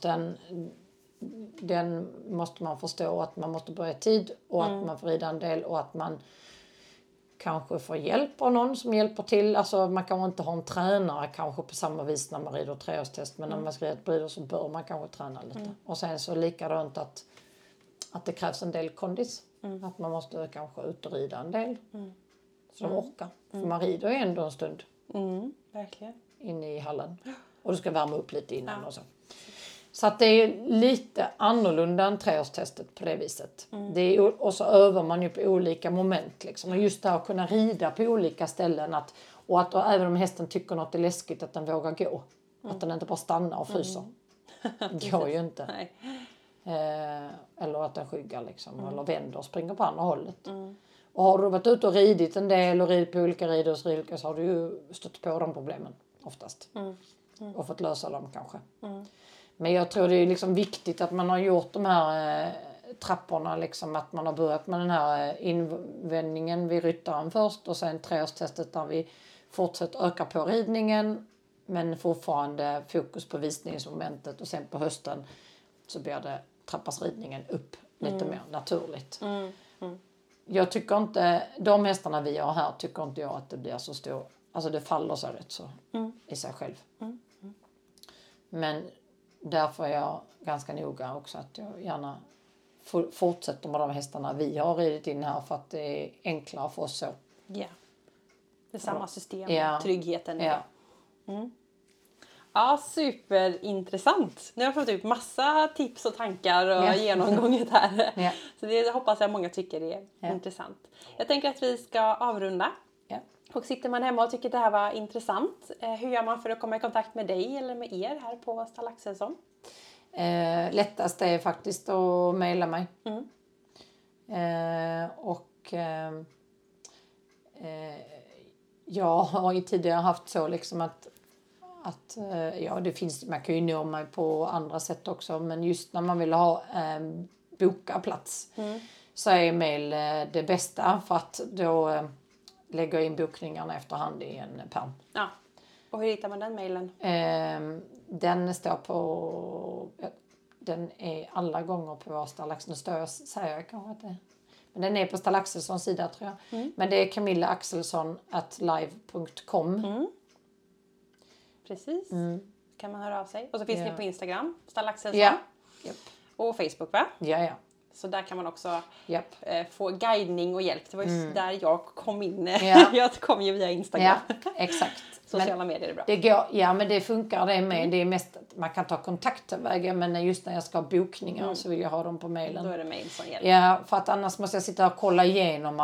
den måste man förstå att man måste börja i tid och att man får rida en del och att man kanske får hjälp av någon som hjälper till. Alltså man kan inte ha en tränare kanske på samma vis när man rider 3-årstest men när man ska rida ett Breeders så bör man kanske träna lite. Och sen så likadant att det krävs en del kondis. Att man måste kanske ut och rida en del. Så de orkar. För man rider ju ändå en stund. Verkligen. Inne i hallen. Och du ska värma upp lite innan och så. Så att det är lite annorlunda än 3-årstestet på det viset. Och så övar man ju på olika moment. Liksom. Och just det här att kunna rida på olika ställen. Och att även om hästen tycker något är läskigt att den vågar gå. Att den inte bara stannar och fryser. Det går ju inte. Nej. Eller att den skyggar liksom. Eller vänder och springer på andra hållet. Och har du varit ute och ridit en del och ridit på olika ridor så har du ju stött på de problemen oftast. Och fått lösa dem kanske. Men jag tror det är liksom viktigt att man har gjort de här trapporna. Liksom, att man har börjat med den här invändningen vid ryttaren först. Och sen 3-årstestet där vi fortsätter öka på ridningen. Men fortfarande fokus på visningsmomentet. Och sen på hösten så blir det trappas ridningen upp lite mer naturligt. Jag tycker inte, de hästarna vi har här tycker inte jag att det blir så stor. Alltså det faller så rätt så i sig själv. Men därför är jag ganska noga också att jag gärna fortsätter med de hästarna vi har ridit in här för att det är enklare för oss så. Ja. Det är samma system. Ja. Tryggheten. Ja. Ja, superintressant. Nu har jag fått ut massa tips och tankar och genomgånget här. Ja. Så det hoppas jag många tycker är intressant. Jag tänker att vi ska avrunda. Ja. Och sitter man hemma och tycker att det här var intressant, hur gör man för att komma i kontakt med dig eller med er här på Stall Axelsson? Lättast är faktiskt att mejla mig. Jag har ju tidigare haft så liksom att det finns, man kan ju nå mig på andra sätt också, men just när man vill ha boka plats så är mejl det bästa för att då lägger jag in bokningarna efterhand i en pärm. Ja. Och hur hittar man den mejlen? Den står på, den är alla gånger på vår Stall Axelsson, säger jag kanske att det. Men den är på Stall Axelssons sida tror jag. Men det är camillaaxelsson@live.com. Precis. Kan man höra av sig. Och så finns det på Instagram, Stall Axelsson. Ja. Yep. Och Facebook va? Ja. Så där kan man också Japp. få guidning och hjälp. Det var ju där jag kom in. Ja. Jag kom ju via Instagram. Ja, exakt. Sociala medier är bra. Det går, ja, men det funkar det med. Det är mest att man kan ta kontaktvägar, men just när jag ska ha bokningar så vill jag ha dem på mejlen. Då är det mejl som gäller. Ja, för att annars måste jag sitta och kolla igenom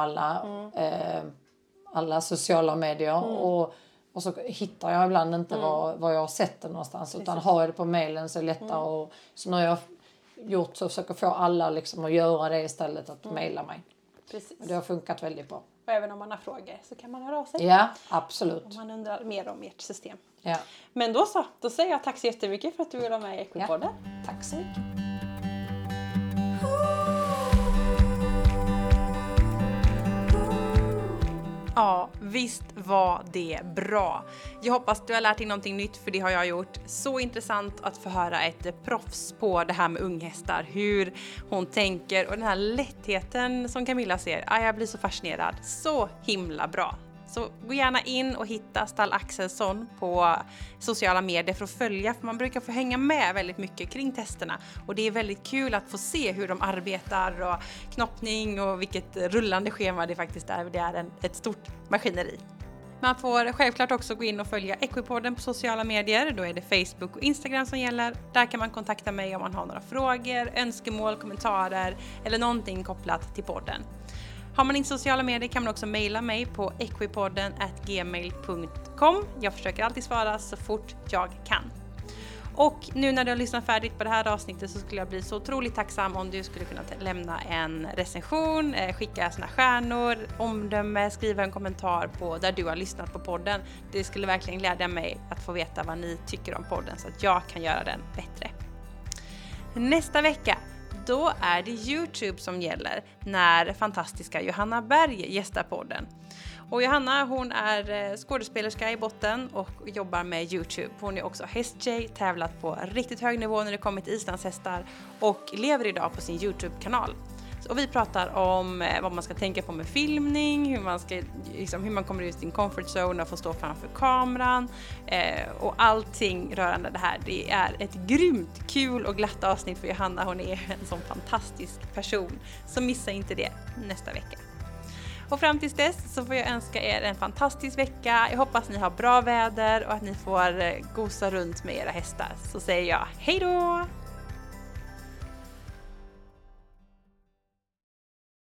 alla sociala medier och så hittar jag ibland inte var jag har sett det någonstans. Precis. Utan har jag det på mejlen så är det lättare. Och, så när jag har gjort så försöker få alla liksom att göra det istället att mejla mig. Precis. Och det har funkat väldigt bra. Och även om man har frågor så kan man höra av sig. Ja, absolut. Om man undrar mer om ert system. Ja. Men då säger jag tack så jättemycket för att du vill vara med i Equipodden. Ja, tack så mycket. Ja, visst var det bra. Jag hoppas du har lärt dig någonting nytt, för det har jag gjort. Så intressant att få höra ett proffs på det här med unghästar. Hur hon tänker och den här lättheten som Camilla ser. Jag blir så fascinerad. Så himla bra. Så gå gärna in och hitta Stall Axelsson på sociala medier för att följa. För man brukar få hänga med väldigt mycket kring testerna. Och det är väldigt kul att få se hur de arbetar och knoppning och vilket rullande schema det faktiskt är. Det är ett stort maskineri. Man får självklart också gå in och följa Equipodden på sociala medier. Då är det Facebook och Instagram som gäller. Där kan man kontakta mig om man har några frågor, önskemål, kommentarer eller någonting kopplat till podden. Har man inte sociala medier kan man också mejla mig på equipodden@gmail.com. Jag försöker alltid svara så fort jag kan. Och nu när du har lyssnat färdigt på det här avsnittet så skulle jag bli så otroligt tacksam om du skulle kunna lämna en recension, skicka sina stjärnor, omdöme, skriva en kommentar på där du har lyssnat på podden. Det skulle verkligen glädja mig att få veta vad ni tycker om podden så att jag kan göra den bättre. Nästa vecka då är det YouTube som gäller när fantastiska Johanna Berg gästar podden. Och Johanna, hon är skådespelerska i botten och jobbar med YouTube. Hon är också hästtjej, tävlat på riktigt hög nivå när det kommer till islandshästar och lever idag på sin YouTube-kanal. Och vi pratar om vad man ska tänka på med filmning, hur man kommer ut i sin comfort zone och får stå framför kameran och allting rörande det här. Det är ett grymt kul och glatt avsnitt för Johanna. Hon är en sån fantastisk person. Så missa inte det nästa vecka. Och fram tills dess så får jag önska er en fantastisk vecka. Jag hoppas ni har bra väder och att ni får gosa runt med era hästar. Så säger jag hej då!